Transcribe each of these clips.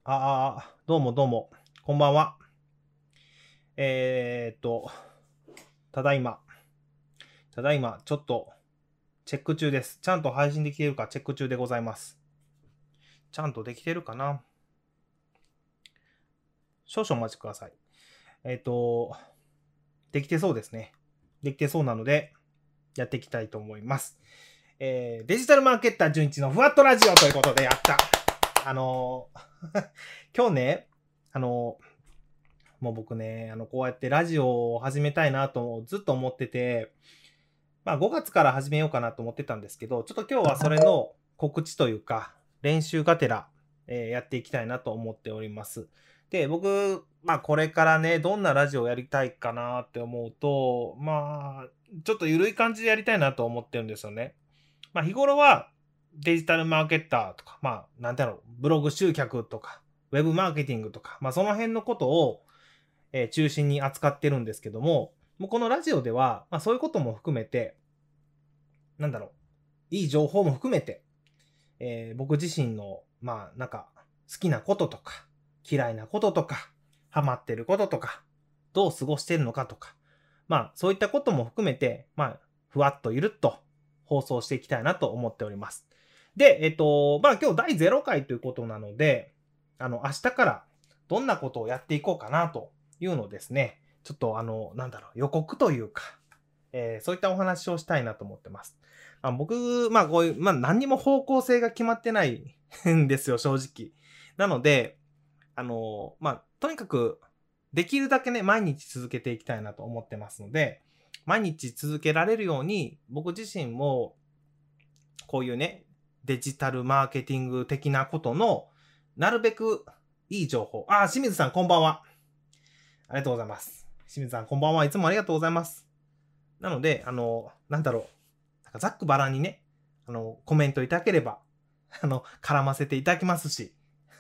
どうもどうも、こんばんは。えーっと、ただいま、ちょっとチェック中です。ちゃんと配信できているかチェック中でございます。ちゃんとできてるかな？少々お待ちください。できてそうですね。できてそうなので、やっていきたいと思います。デジタルマーケッター純一のふわっとラジオということでやった。今日ね、もう僕ね、こうやってラジオを始めたいなとずっと思ってて、まあ5月から始めようかなと思ってたんですけど、ちょっと今日はそれの告知というか、練習がてら、やっていきたいなと思っております。で、僕、まあこれからね、どんなラジオをやりたいかなって思うと、まあ、ちょっと緩い感じでやりたいなと思ってるんですよね。まあ日頃はデジタルマーケッターとか、まあなんだろう、ブログ集客とか、ウェブマーケティングとか、まあその辺のことを、中心に扱ってるんですけども、もうこのラジオでは、まあそういうことも含めて、なんだろう、いい情報も含めて、僕自身の、まあなんか好きなこととか、嫌いなこととか、ハマってることとか、どう過ごしてるのかとか、まあそういったことも含めて、まあふわっとゆるっと放送していきたいなと思っております。で、まあ今日第0回ということなので、明日からどんなことをやっていこうかなというのをですね、ちょっとなんだろう、予告というか、そういったお話をしたいなと思ってます。僕、まあこういう、まあ何にも方向性が決まってないんですよ、正直。なので、まあ、とにかく、できるだけね、毎日続けていきたいなと思ってますので、毎日続けられるように、僕自身も、こういうね、デジタルマーケティング的なことの、なるべくいい情報。清水さんこんばんは。ありがとうございます。清水さんこんばんは。いつもありがとうございます。なので、なんだろう。なんかざっくばらんにね、コメントいただければ、絡ませていただきますし、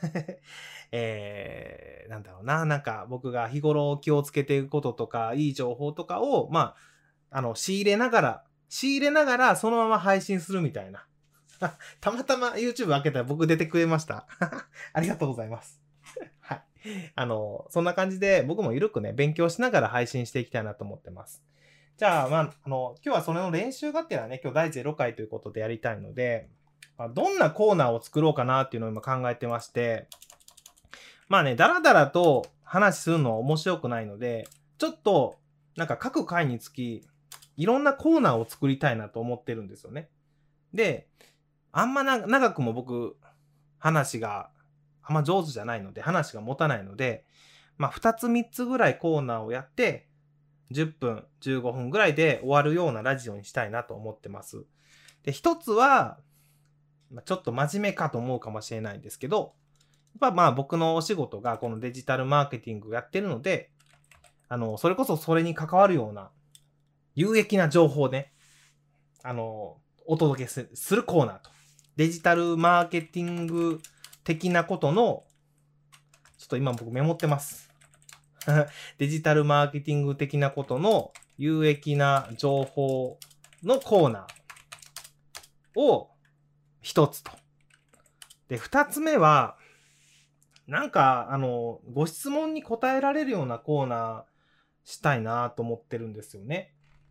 なんだろうな、なんか僕が日頃気をつけていくこととか、いい情報とかを、まあ、仕入れながらそのまま配信するみたいな。たまたま YouTube 開けたら僕出てくれました。ありがとうございます。はい。そんな感じで僕もゆるくね、勉強しながら配信していきたいなと思ってます。じゃあ、まあ、今日はそれの練習がてらね、今日第0回ということでやりたいので、まあ、どんなコーナーを作ろうかなっていうのを今考えてまして、まあね、だらだらと話するのは面白くないので、ちょっと、なんか各回につき、いろんなコーナーを作りたいなと思ってるんですよね。で、あんま長くも僕、話があんま上手じゃないので、話が持たないので、まあ2つ3つぐらいコーナーをやって、10分、15分ぐらいで終わるようなラジオにしたいなと思ってます。で、一つは、ちょっと真面目かと思うかもしれないんですけど、まあ僕のお仕事がこのデジタルマーケティングやってるので、それこそそれに関わるような有益な情報をね、お届けするコーナーと。デジタルマーケティング的なことの、ちょっと今僕メモってます。デジタルマーケティング的なことの有益な情報のコーナーを一つと。で、二つ目は、なんか、ご質問に答えられるようなコーナーしたいなと思ってるんですよね。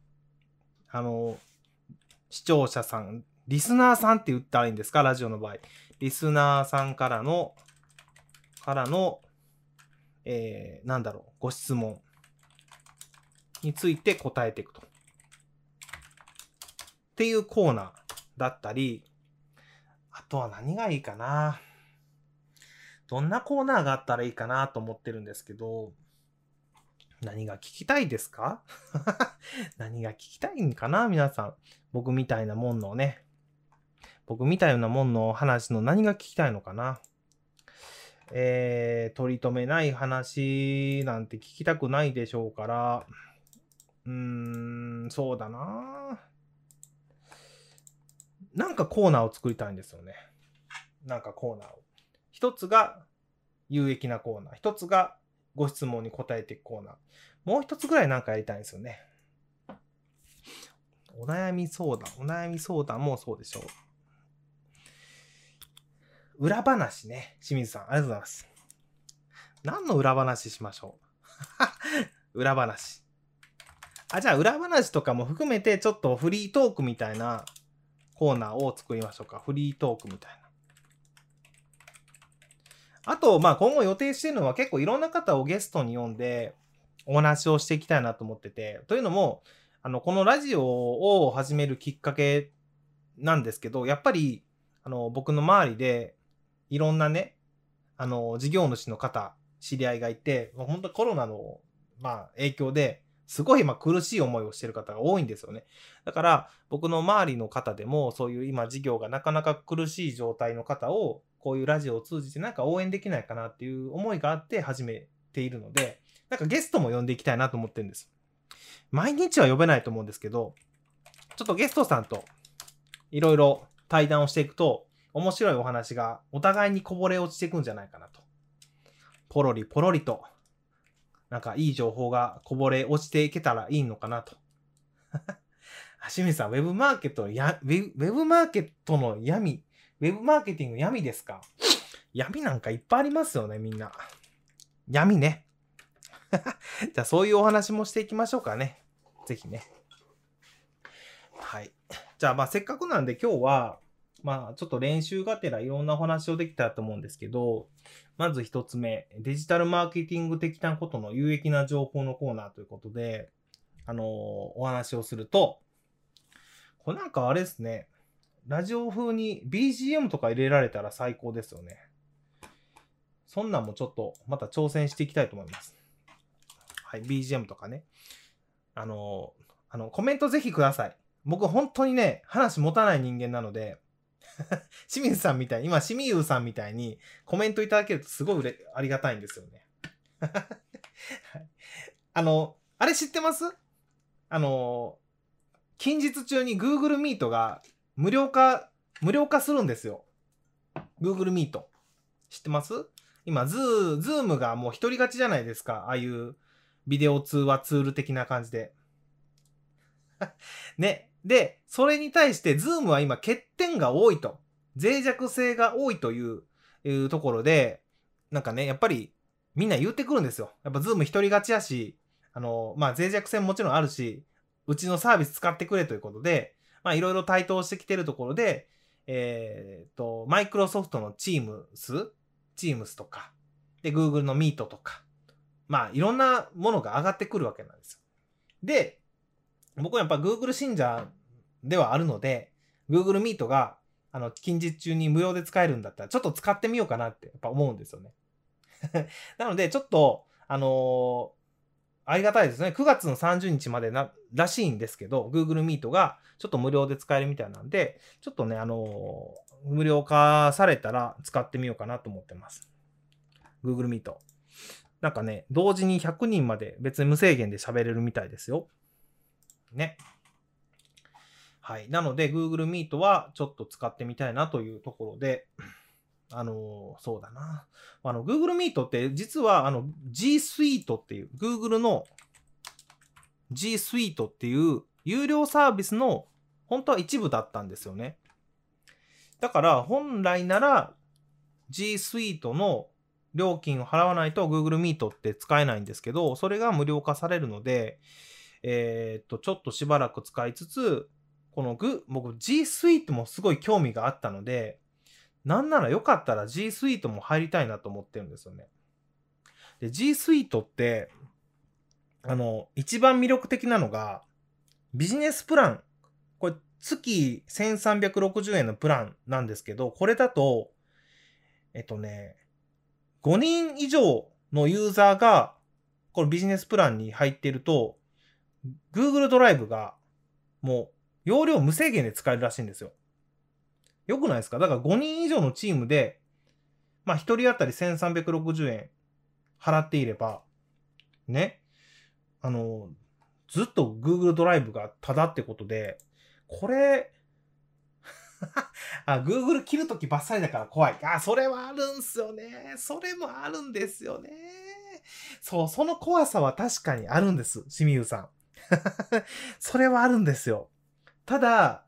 視聴者さん、リスナーさんって言ったらいいんですか？ラジオの場合。リスナーさんからの、なんだろう、ご質問について答えていくと。っていうコーナーだったり、あとは何がいいかな。どんなコーナーがあったらいいかなと思ってるんですけど、何が聞きたいですか？何が聞きたいんかな皆さん。僕みたいなもんのね。僕みたいなもんの話の何が聞きたいのかな。取り留めない話なんて聞きたくないでしょうから、そうだな。なんかコーナーを作りたいんですよね。なんかコーナーを。一つが有益なコーナー。一つがご質問に答えていくコーナー。もう一つぐらいなんかやりたいんですよね。お悩み相談もそうでしょう。裏話ね。清水さん、ありがとうございます。 何の裏話しましょう。裏話。じゃあ裏話とかも含めてちょっとフリートークみたいなコーナーを作りましょうか。フリートークみたいな。あと、今後予定してるのは結構いろんな方をゲストに呼んでお話をしていきたいなと思ってて、というのも、このラジオを始めるきっかけなんですけど、やっぱり、僕の周りでいろんなね、事業主の方、知り合いがいて、本当コロナの、影響ですごい苦しい思いをしている方が多いんですよね。だから僕の周りの方でもそういう今事業がなかなか苦しい状態の方をこういうラジオを通じて応援できないかなっていう思いがあって始めているので、ゲストも呼んでいきたいなと思ってるんです。毎日は呼べないと思うんですけど、ちょっとゲストさんといろいろ対談をしていくと面白いお話がお互いにこぼれ落ちていくんじゃないかなと。ポロリポロリといい情報がこぼれ落ちていけたらいいのかなと。清水さん、ウェブマーケットの闇、ウェブマーケティング闇ですか？闇なんかいっぱいありますよね、みんな。闇ね。じゃあそういうお話もしていきましょうかね。ぜひね。はい。じゃあせっかくなんで今日は、ちょっと練習がてらいろんなお話をできたらと思うんですけど、まず一つ目、デジタルマーケティング的なことの有益な情報のコーナーということで、お話をすると、これあれですね、ラジオ風に BGM とか入れられたら最高ですよね。そんなんもちょっとまた挑戦していきたいと思います。はい、BGM とかね。コメントぜひください。僕本当にね、話持たない人間なので、清水さんみたいに、今、清水さんみたいにコメントいただけるとすごいありがたいんですよね。あれ知ってます？近日中に Google Meet が無料化するんですよ。Google Meet。知ってます？今、Zoom がもう一人勝ちじゃないですか。ああいうビデオ通話ツール的な感じで。ね。で、それに対して Zoom は今欠点が多いと。脆弱性が多いというところで、やっぱりみんな言ってくるんですよ。やっぱ Zoom 一人勝ちやし、脆弱性ももちろんあるし、うちのサービス使ってくれということで、いろいろ台頭してきてるところで、マイクロソフトの Teams とか、で、Google の Meet とか、いろんなものが上がってくるわけなんですよ。で、僕はやっぱ Google 信者ではあるので、Google Meet が近日中に無料で使えるんだったら、ちょっと使ってみようかなってやっぱ思うんですよね。なので、ちょっと、ありがたいですね。9月の30日までらしいんですけど、Google Meet がちょっと無料で使えるみたいなんで、ちょっとね、無料化されたら使ってみようかなと思ってます。Google Meet。同時に100人まで別に無制限で喋れるみたいですよ。ね。はい。なので、Google Meet はちょっと使ってみたいなというところで、そうだな。Google Meet って実はG Suite っていう、Google の G Suite っていう有料サービスの本当は一部だったんですよね。だから本来なら G Suite の料金を払わないと Google Meet って使えないんですけど、それが無料化されるので、ちょっとしばらく使いつつ、僕 G Suite もすごい興味があったので、なんならよかったら G Suite も入りたいなと思ってるんですよね。で、G Suite って、一番魅力的なのが、ビジネスプラン。これ、月1360円のプランなんですけど、これだと、5人以上のユーザーが、このビジネスプランに入っていると、Google ドライブが、もう、容量無制限で使えるらしいんですよ。よくないですか？だから5人以上のチームで、1人当たり1360円払っていれば、ね、ずっと Google ドライブがタダってことで、これ、Google 切るときバッサリだから怖い。それはあるんすよね。それもあるんですよね。そう、その怖さは確かにあるんです。清水さん。それはあるんですよ。た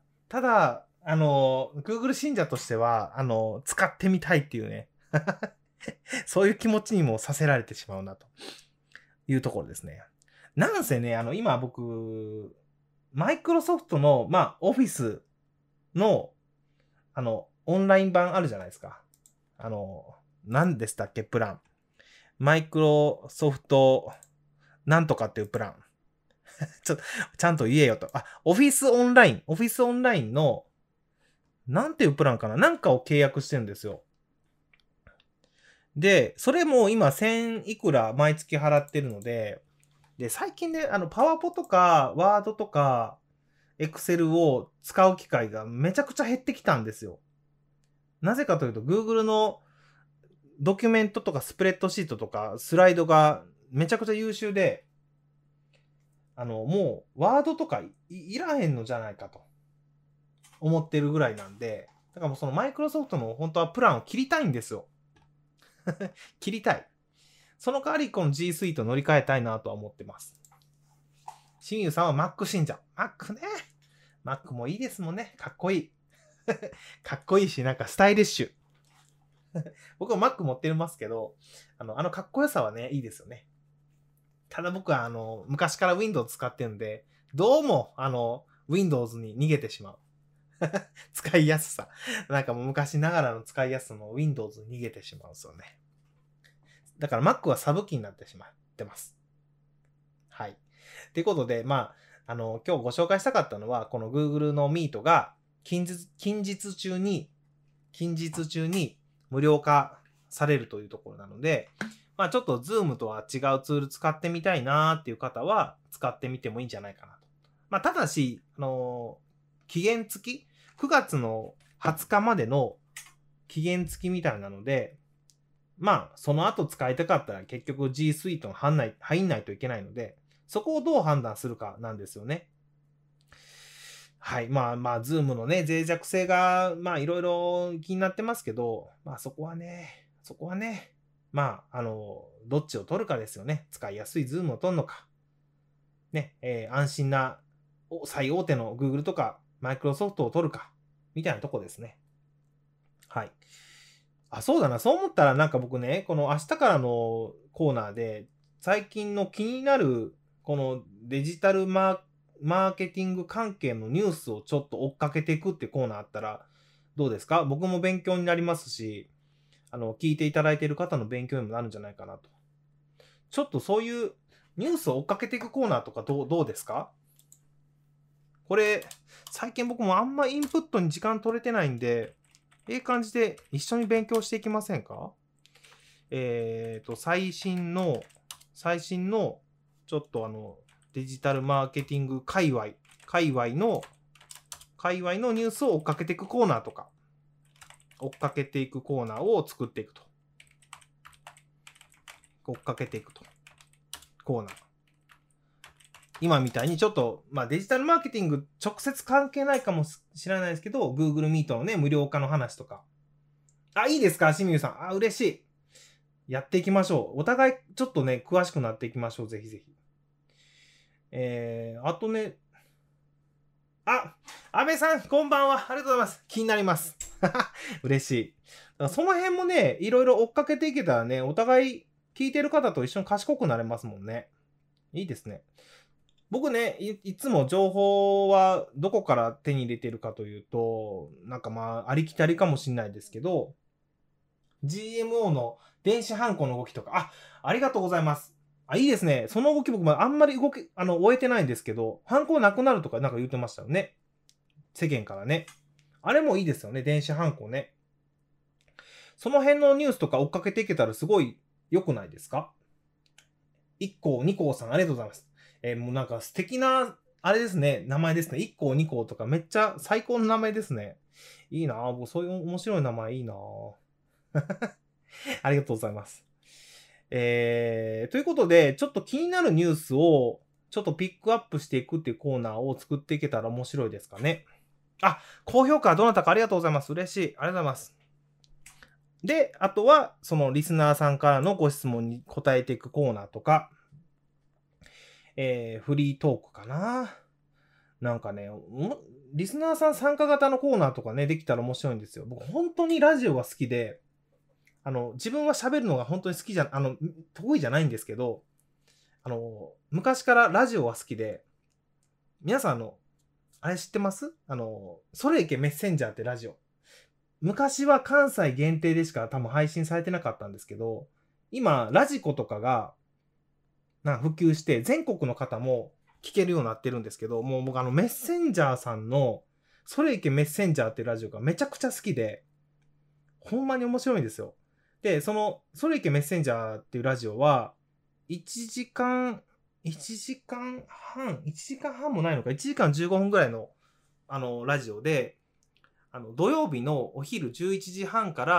だ、Google 信者としては、使ってみたいっていうね。 そういう気持ちにもさせられてしまうなというところですね。なんせね、今僕、マイクロソフトの、オフィスの、オンライン版あるじゃないですか。何でしたっけ、プラン。マイクロソフト、なんとかっていうプラン。ちゃんと言えよと。オフィスオンラインの、なんていうプランかななんかを契約してるんですよ。で、それも今1000いくら毎月払ってるので、で、最近ね、パワポとか、ワードとか、エクセルを使う機会がめちゃくちゃ減ってきたんですよ。なぜかというと、Google のドキュメントとかスプレッドシートとかスライドがめちゃくちゃ優秀で、もうワードとかいらへんのじゃないかと思ってるぐらいなんで、だからもうそのマイクロソフトの本当はプランを切りたいんですよ。切りたい。その代わりこの G Suite 乗り換えたいなとは思ってます。新優さんは Mac 信者。Mac ね。Mac もいいですもんね。かっこいい。かっこいいし、なんかスタイリッシュ。僕は Mac 持ってますけど、かっこよさはね、いいですよね。ただ僕は昔から Windows 使ってるんで、どうもWindows に逃げてしまう。使いやすさ。なんかもう昔ながらの使いやすさの Windows に逃げてしまうんですよね。だから Mac はサブ機になってしまってます。はい。ということで、今日ご紹介したかったのは、この Google の Meet が近日中に無料化されるというところなので、ちょっと Zoom とは違うツール使ってみたいなーっていう方は使ってみてもいいんじゃないかなと。ただし、期限付き ?9 月の20日までの期限付きみたいなので、その後使いたかったら結局 G Suite に入んないといけないので、そこをどう判断するかなんですよね。はい。Zoom のね、脆弱性が、いろいろ気になってますけど、そこはね、どっちを取るかですよね。使いやすい Zoom を取るのか。ね、安心な最大手の Google とか Microsoft を取るか。みたいなとこですね。はい。そうだな。そう思ったらなんか僕ね、この明日からのコーナーで、最近の気になる、このデジタルマーケティング関係のニュースをちょっと追っかけていくってコーナーあったら、どうですか？僕も勉強になりますし、聞いていただいている方の勉強にもなるんじゃないかなと。ちょっとそういうニュースを追っかけていくコーナーとかどうですか？これ、最近僕もあんまインプットに時間取れてないんで、感じで一緒に勉強していきませんか？最新の、ちょっとデジタルマーケティング界隈のニュースを追っかけていくコーナーとか、追っかけていくコーナーを作っていくと。追っかけていくと。コーナー。今みたいにちょっと、デジタルマーケティング直接関係ないかもしれないですけど、Google Meet のね、無料化の話とか。いいですか？清水さん。嬉しい。やっていきましょう。お互いちょっとね、詳しくなっていきましょう。ぜひぜひ。あとね、安倍さん、こんばんは。ありがとうございます。気になります。嬉しい。その辺もね、いろいろ追っかけていけたらね、お互い聞いてる方と一緒に賢くなれますもんね。いいですね。僕ね、いつも情報はどこから手に入れてるかというと、なんかありきたりかもしれないですけど、GMO の電子ハンコの動きとか、ありがとうございます。いいですね。その動き僕あんまり終えてないんですけど、ハンコなくなるとかなんか言ってましたよね。世間からね。あれもいいですよね。電子ハンコね。その辺のニュースとか追っかけていけたらすごい良くないですか？1項、2項さんありがとうございます。もうなんか素敵な、あれですね、名前ですね。1項、2項とかめっちゃ最高の名前ですね。いいなぁ。僕そういう面白い名前いいなぁ。ありがとうございます。ということで、ちょっと気になるニュースをちょっとピックアップしていくっていうコーナーを作っていけたら面白いですかね。高評価どなたかありがとうございます。嬉しい。ありがとうございます。で、あとは、そのリスナーさんからのご質問に答えていくコーナーとか、フリートークかな。なんかね、リスナーさん参加型のコーナーとかね、できたら面白いんですよ。僕、本当にラジオが好きで、 自分は喋るのが本当に好き得意じゃないんですけど、昔からラジオは好きで、皆さんあれ知ってます？それいけメッセンジャーってラジオ。昔は関西限定でしか多分配信されてなかったんですけど、今、ラジコとかが、普及して、全国の方も聞けるようになってるんですけど、もう僕メッセンジャーさんの、それいけメッセンジャーってラジオがめちゃくちゃ好きで、ほんまに面白いんですよ。で、それいけメッセンジャーっていうラジオは、1時間半もないのか、1時間15分ぐらいの、ラジオで、土曜日のお昼11時半から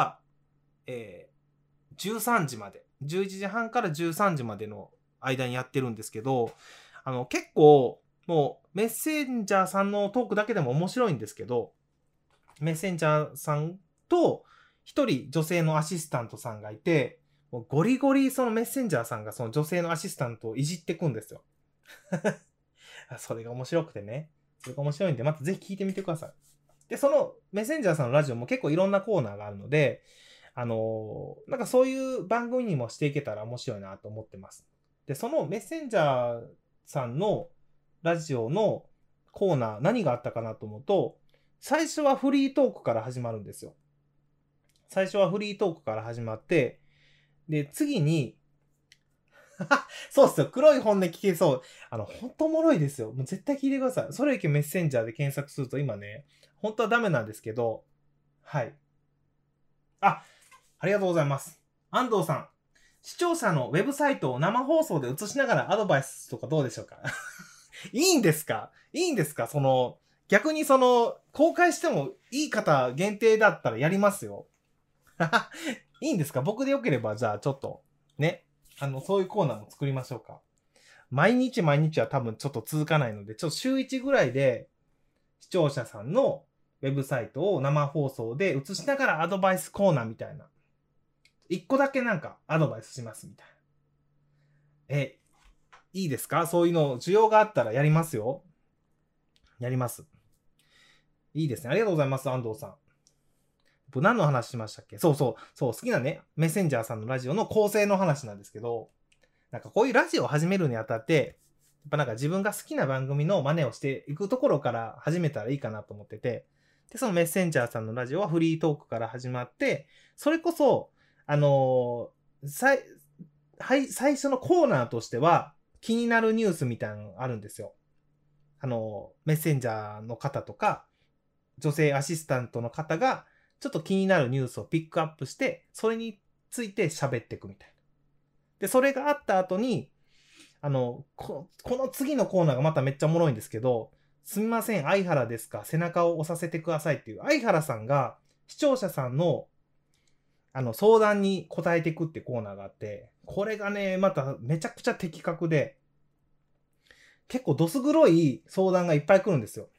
、13時まで、11時半から13時までの間にやってるんですけど、結構、もう、メッセンジャーさんのトークだけでも面白いんですけど、メッセンジャーさんと、一人女性のアシスタントさんがいて、もうゴリゴリそのメッセンジャーさんがその女性のアシスタントをいじってくんですよ。それが面白くてね。それが面白いんで、またぜひ聞いてみてください。で、そのメッセンジャーさんのラジオも結構いろんなコーナーがあるので、なんかそういう番組にもしていけたら面白いなと思ってます。で、そのメッセンジャーさんのラジオのコーナー、何があったかなと思うと、最初はフリートークから始まるんですよ。最初はフリートークから始まって、で、次に、そうっすよ。黒い本音聞けそう。ほんとおもろいですよ。もう絶対聞いてください。それいけメッセンジャーで検索すると今ね、本当はダメなんですけど、はい。ありがとうございます。安藤さん。視聴者のウェブサイトを生放送で映しながらアドバイスとかどうでしょうか？いいんですか？逆に公開してもいい方限定だったらやりますよ。いいんですか？僕でよければ、じゃあちょっと、ね。そういうコーナーも作りましょうか。毎日は多分ちょっと続かないので、ちょっと週1ぐらいで、視聴者さんのウェブサイトを生放送で映しながらアドバイスコーナーみたいな。1個だけなんかアドバイスしますみたいな。いいですか？そういうの、需要があったらやりますよ。やります。いいですね。ありがとうございます、安藤さん。何の話しましたっけ？そう、好きなね、メッセンジャーさんのラジオの構成の話なんですけど、なんかこういうラジオを始めるにあたって、やっぱなんか自分が好きな番組の真似をしていくところから始めたらいいかなと思ってて、で、そのメッセンジャーさんのラジオはフリートークから始まって、それこそ、最初のコーナーとしては、気になるニュースみたいなのがあるんですよ。メッセンジャーの方とか、女性アシスタントの方が、ちょっと気になるニュースをピックアップして、それについて喋っていくみたいな。で、それがあった後に、この次のコーナーがまためっちゃおもろいんですけど、すみません、相原ですか、背中を押させてくださいっていう、相原さんが視聴者さんの、相談に答えていくってコーナーがあって、これがね、まためちゃくちゃ的確で、結構どす黒い相談がいっぱい来るんですよ。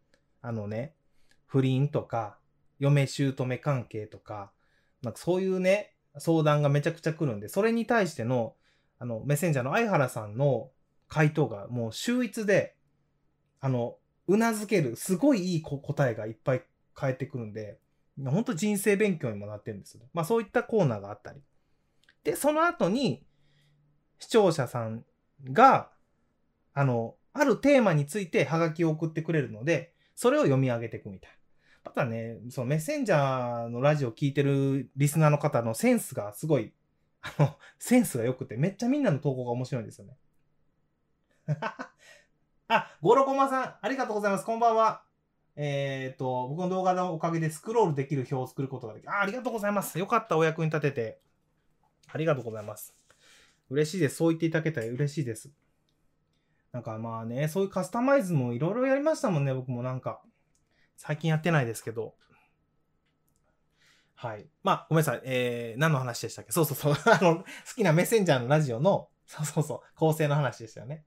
不倫とか、嫁姑関係とか、なんかそういうね、相談がめちゃくちゃ来るんで、それに対しての、メッセンジャーの相原さんの回答がもう秀逸で、うなずける、すごいいい答えがいっぱい返ってくるんで、本当人生勉強にもなってるんですよ。まあそういったコーナーがあったり。で、その後に、視聴者さんが、あるテーマについてハガキを送ってくれるので、それを読み上げていくみたいな。またね、そのメッセンジャーのラジオを聞いてるリスナーの方のセンスがすごい、センスが良くて、めっちゃみんなの投稿が面白いんですよね。ゴロコマさん、ありがとうございます。こんばんは。僕の動画のおかげでスクロールできる表を作ることができる。ありがとうございます。よかった、お役に立てて。ありがとうございます。嬉しいです。そう言っていただけたら嬉しいです。なんかまあね、そういうカスタマイズもいろいろやりましたもんね、僕もなんか。最近やってないですけど。はい。まあ、ごめんなさい。何の話でしたっけ？そう。好きなメッセンジャーのラジオの、構成の話でしたよね。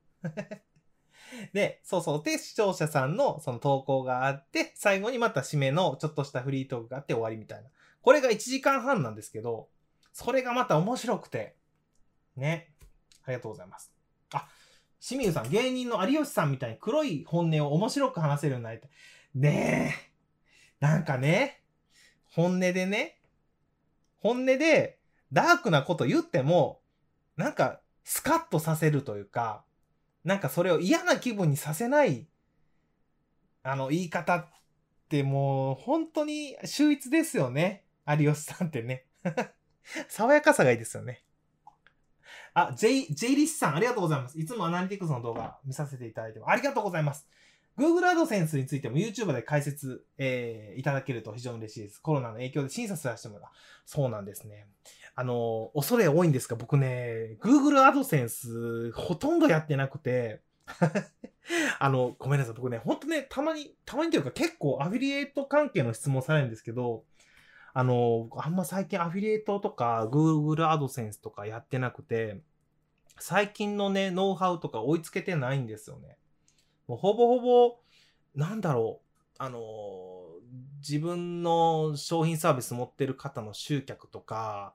で、で、視聴者さんのその投稿があって、最後にまた締めのちょっとしたフリートークがあって終わりみたいな。これが1時間半なんですけど、それがまた面白くて、ね。ありがとうございます。清水さん、芸人の有吉さんみたいに黒い本音を面白く話せるようになりたい。ねえ。なんかね、本音でね、 本音でダークなこと言っても、なんかスカッとさせるというか、なんかそれを嫌な気分にさせない、言い方ってもう本当に秀逸ですよね。有吉さんってね。爽やかさがいいですよね。あ、J リスさん、ありがとうございます。いつもアナリティクスの動画見させていただいてもありがとうございます。Google AdSense についても YouTube で解説、いただけると非常に嬉しいです。コロナの影響で審査すらしてもらう。そうなんですね。恐れ多いんですが、僕ね、Google AdSense ほとんどやってなくて、ごめんなさい。僕ね、ほんとね、たまにというか結構アフィリエイト関係の質問されるんですけど、あんま最近アフィリエイトとか Google AdSense とかやってなくて、最近のね、ノウハウとか追いつけてないんですよね。もうほぼほぼ、なんだろう、自分の商品サービス持ってる方の集客とか、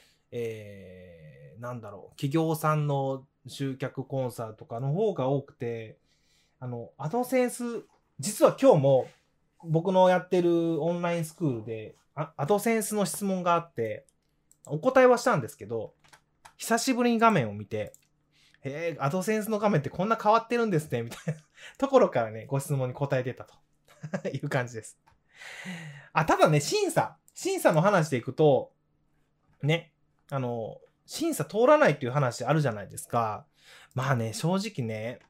なんだろう、企業さんの集客コンサルとかの方が多くて、アドセンス、実は今日も僕のやってるオンラインスクールで、アドセンスの質問があって、お答えはしたんですけど、久しぶりに画面を見て、アドセンスの画面ってこんな変わってるんですね、みたいなところからね、ご質問に答えてたという感じです。ただね、審査の話でいくと、ね、審査通らないっていう話あるじゃないですか。まあね、正直ね、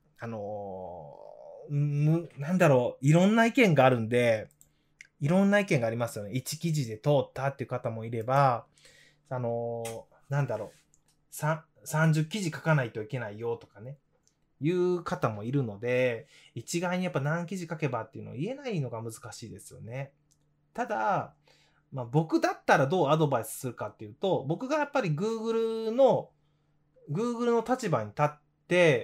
なんだろう、いろんな意見があるんで、いろんな意見がありますよね。1記事で通ったっていう方もいれば、なんだろう、30記事書かないといけないよとかね、いう方もいるので、一概にやっぱ何記事書けばっていうのを言えないのが難しいですよね。ただ、まあ僕だったらどうアドバイスするかっていうと、僕がやっぱり Google の立場に立って、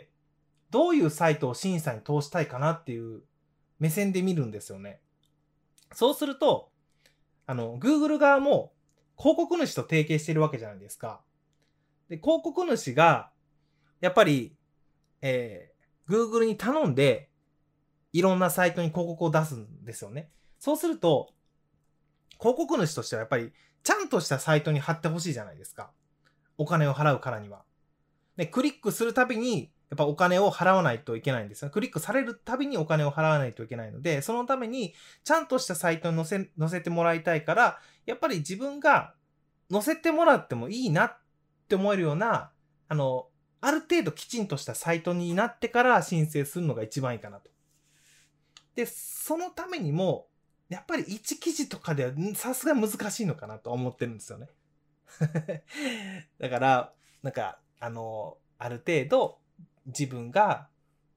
どういうサイトを審査に通したいかなっていう目線で見るんですよね。そうすると、Google 側も広告主と提携してるわけじゃないですか。で、広告主が、やっぱり、Google に頼んで、いろんなサイトに広告を出すんですよね。そうすると、広告主としてはやっぱり、ちゃんとしたサイトに貼ってほしいじゃないですか。お金を払うからには。で、クリックするたびに、やっぱお金を払わないといけないんですよ。クリックされるたびにお金を払わないといけないので、そのために、ちゃんとしたサイトに載せてもらいたいから、やっぱり自分が載せてもらってもいいなって思えるような、ある程度きちんとしたサイトになってから申請するのが一番いいかなと。で、そのためにも、やっぱり1記事とかではさすがに難しいのかなと思ってるんですよね。だから、なんか、ある程度自分が、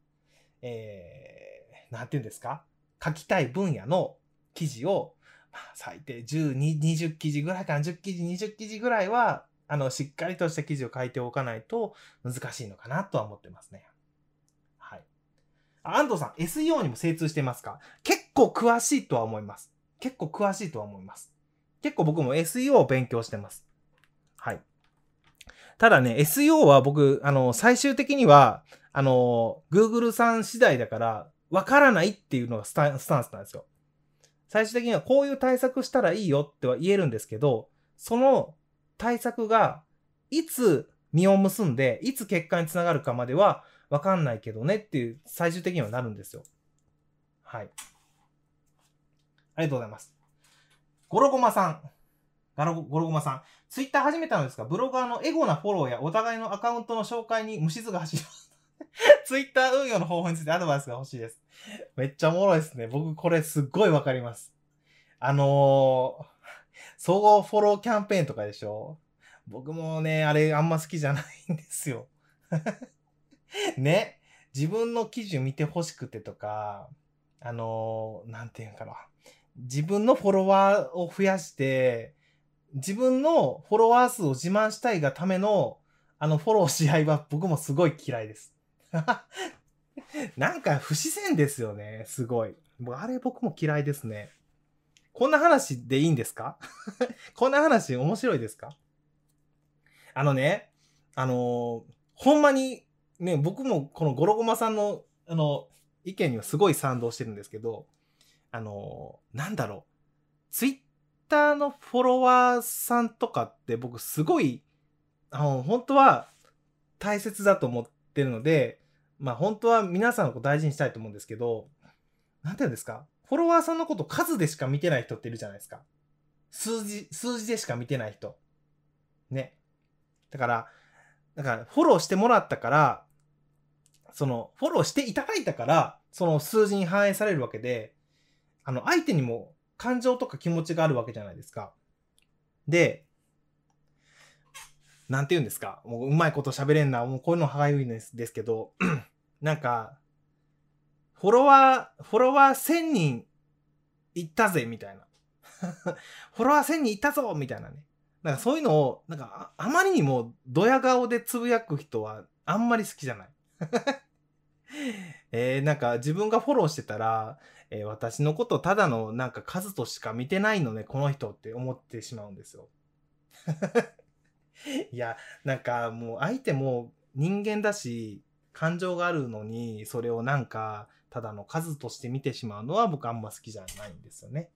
なんていうんですか、書きたい分野の記事を、まあ、最低10、20記事ぐらいかな、10記事、20記事ぐらいは、しっかりとした記事を書いておかないと難しいのかなとは思ってますね。はい。安藤さん、SEO にも精通してますか？結構詳しいとは思います。結構僕も SEO を勉強してます。はい。ただね、SEO は僕、最終的には、Google さん次第だから、わからないっていうのがスタンスなんですよ。最終的にはこういう対策したらいいよっては言えるんですけど、その対策が、いつ実を結んで、いつ結果につながるかまではわかんないけどねっていう、最終的にはなるんですよ。はい。ありがとうございます。ゴロゴマさん。ツイッター始めたのですが、ブロガーのエゴなフォローやお互いのアカウントの紹介に虫図が走ります。ツイッター運用の方法についてアドバイスが欲しいです。めっちゃおもろいですね。僕これすっごいわかります。総合フォローキャンペーンとかでしょ？僕もね、あれあんま好きじゃないんですよ。ね。自分の記事を見てほしくてとか、なんていうかな。自分のフォロワーを増やして、自分のフォロワー数を自慢したいがための、フォローし合いは僕もすごい嫌いです。なんか不自然ですよね。すごい。あれ僕も嫌いですね。こんな話でいいんですか？こんな話面白いですか？ね、ほんまに、ね、僕もこのゴロゴマさんの、意見にはすごい賛同してるんですけど、なんだろう。ツイッターのフォロワーさんとかって僕すごい、本当は大切だと思ってるので、まあ本当は皆さんのこと大事にしたいと思うんですけど、なんていうんですか、フォロワーさんのこと数でしか見てない人っているじゃないですか。数字でしか見てない人。ね。だから、フォローしてもらったから、フォローしていただいたから、その数字に反映されるわけで、相手にも感情とか気持ちがあるわけじゃないですか。で、なんて言うんですか、もううまいこと喋れんな、もうこういうの歯がゆいんですけど、なんか、フォロワー1000人いったぜ、みたいな。フォロワー1000人いったぞみたいなね。なんかそういうのを、なんかあまりにもドヤ顔でつぶやく人はあんまり好きじゃない。なんか自分がフォローしてたら、私のことただのなんか数としか見てないのね、この人って思ってしまうんですよ。いや、なんかもう相手も人間だし、感情があるのに、それをなんか、ただの数として見てしまうのは僕あんま好きじゃないんですよね。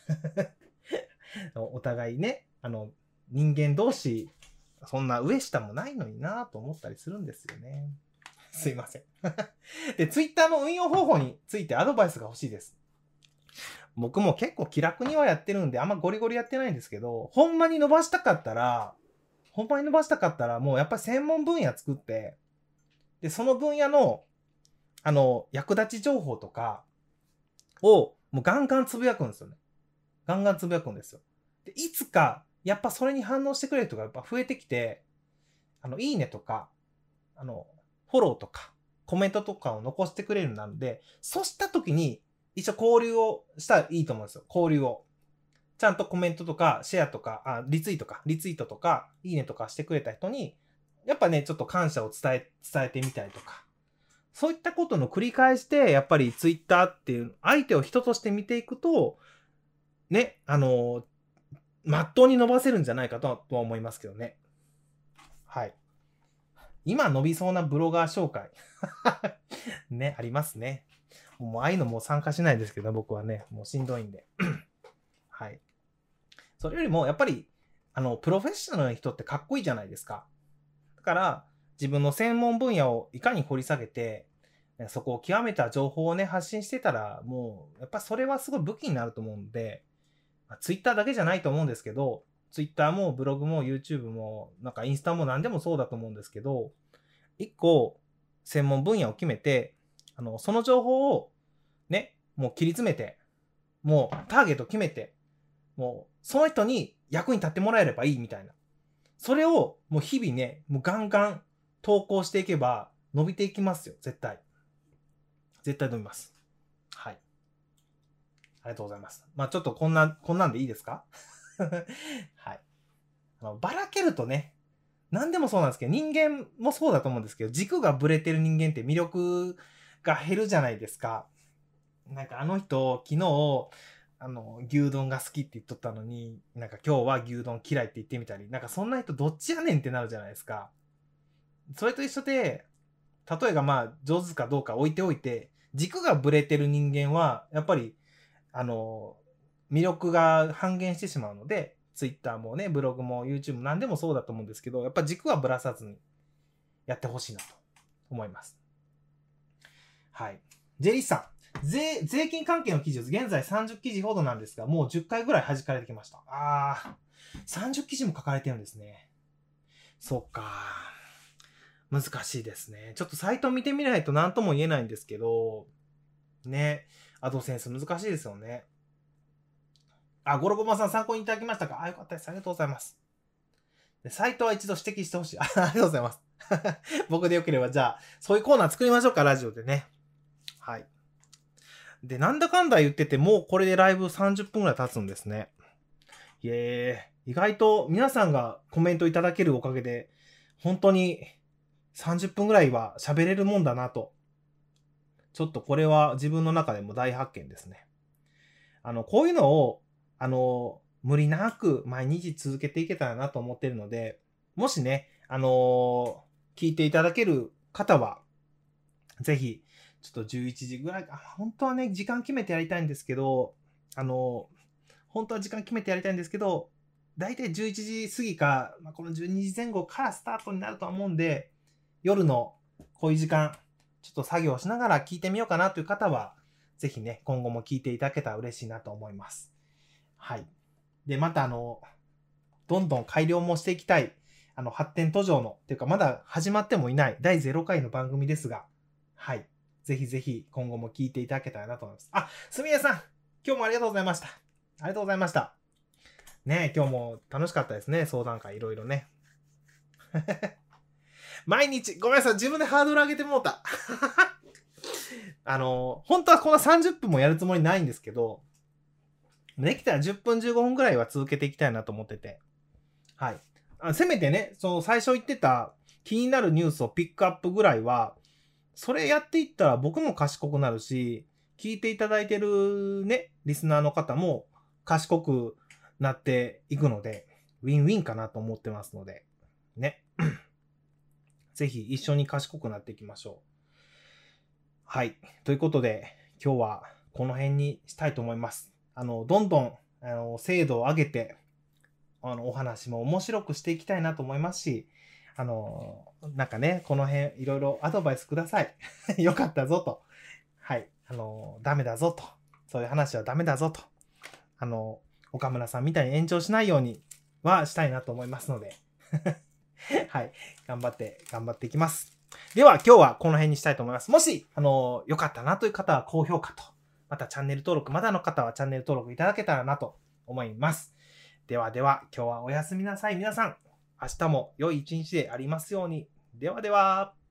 お互いね、人間同士、そんな上下もないのになと思ったりするんですよね。すいません。で、ツイッターの運用方法についてアドバイスが欲しいです。僕も結構気楽にはやってるんで、あんまゴリゴリやってないんですけど、ほんまに伸ばしたかったら、もうやっぱり専門分野作って、で、その分野の、役立ち情報とかを、もうガンガンつぶやくんですよね。ガンガンつぶやくんですよ。で、いつか、やっぱそれに反応してくれる人がやっぱ増えてきて、いいねとか、フォローとか、コメントとかを残してくれるようになるんで、そうした時に、一応交流をしたらいいと思うんですよ。交流を。ちゃんとコメントとか、シェアとか、リツイートとか、いいねとかしてくれた人に、やっぱね、ちょっと感謝を伝えてみたりとか、そういったことの繰り返しで、やっぱりツイッターっていう相手を人として見ていくと、ね、まっとうに伸ばせるんじゃないかとは思いますけどね。はい。今伸びそうなブロガー紹介。ね、ありますね。もうああいうのもう参加しないですけど、僕はね、もうしんどいんで。はい。それよりも、やっぱり、プロフェッショナルな人ってかっこいいじゃないですか。だから、自分の専門分野をいかに掘り下げて、そこを極めた情報をね、発信してたら、もう、やっぱそれはすごい武器になると思うんで、ツイッターだけじゃないと思うんですけど、ツイッターもブログも YouTube も、なんかインスタも何でもそうだと思うんですけど、一個専門分野を決めて、その情報をね、もう切り詰めて、もうターゲット決めて、もうその人に役に立ってもらえればいいみたいな。それをもう日々ね、もうガンガン投稿していけば伸びていきますよ。絶対。絶対伸びます。はい。ありがとうございます。まあちょっとこんなんでいいですかはい。ばらけるとね、何でもそうなんですけど、人間もそうだと思うんですけど、軸がブレてる人間って魅力が減るじゃないですか。なんかあの人、昨日、牛丼が好きって言っとったのに、なんか今日は牛丼嫌いって言ってみたり、なんかそんな人どっちやねんってなるじゃないですか。それと一緒で、例えがまあ上手かどうか置いておいて、軸がブレてる人間は、やっぱり、魅力が半減してしまうので、Twitter もね、ブログも YouTube も何でもそうだと思うんですけど、やっぱ軸はぶらさずにやってほしいなと思います。はい。ジェリーさん、税金関係の記事、現在30記事ほどなんですが、もう10回ぐらい弾かれてきました。30記事も書かれてるんですね。そっか。難しいですね。ちょっとサイト見てみないと何とも言えないんですけど、ね。アドセンス難しいですよね。ゴロゴマさん参考にいただきましたか？よかったです。ありがとうございます。サイトは一度指摘してほしい。ありがとうございます。僕でよければ、じゃあ、そういうコーナー作りましょうか、ラジオでね。はい。で、なんだかんだ言ってて、もうこれでライブ30分くらい経つんですね。意外と皆さんがコメントいただけるおかげで、本当に30分くらいは喋れるもんだなと。ちょっとこれは自分の中でも大発見ですね。こういうのを、無理なく毎日続けていけたらなと思ってるので、もしね、聞いていただける方は、ぜひ、ちょっと11時ぐらい、本当はね、時間決めてやりたいんですけど、本本当は時間決めてやりたいんですけど、だいたい11時過ぎか、この12時前後からスタートになるとは思うんで、夜のこういう時間、ちょっと作業しながら聞いてみようかなという方は、ぜひね、今後も聞いていただけたら嬉しいなと思います。はい。で、またどんどん改良もしていきたい、発展途上の、っていうかまだ始まってもいない第0回の番組ですが、はい。ぜひぜひ今後も聞いていただけたらなと思います。あ、すみやさん、今日もありがとうございました。ありがとうございました。ねえ、今日も楽しかったですね、相談会いろいろね。毎日、ごめんなさい、自分でハードル上げてもうた。本当はこの30分もやるつもりないんですけど、できたら10分15分くらいは続けていきたいなと思ってて。はい。せめてね、その最初言ってた気になるニュースをピックアップぐらいは、それやっていったら僕も賢くなるし、聞いていただいてるね、リスナーの方も賢くなっていくので、ウィンウィンかなと思ってますので、ね。ぜひ一緒に賢くなっていきましょう。はい。ということで、今日はこの辺にしたいと思います。どんどん、精度を上げて、お話も面白くしていきたいなと思いますし、なんかね、この辺いろいろアドバイスください。よかったぞと。はい。ダメだぞと。そういう話はダメだぞと。岡村さんみたいに延長しないようにはしたいなと思いますので。はい。頑張っていきます。では、今日はこの辺にしたいと思います。もし、良かったなという方は高評価と、またチャンネル登録、まだの方はチャンネル登録いただけたらなと思います。ではでは、今日はおやすみなさい。皆さん、明日も良い一日でありますように。ではでは。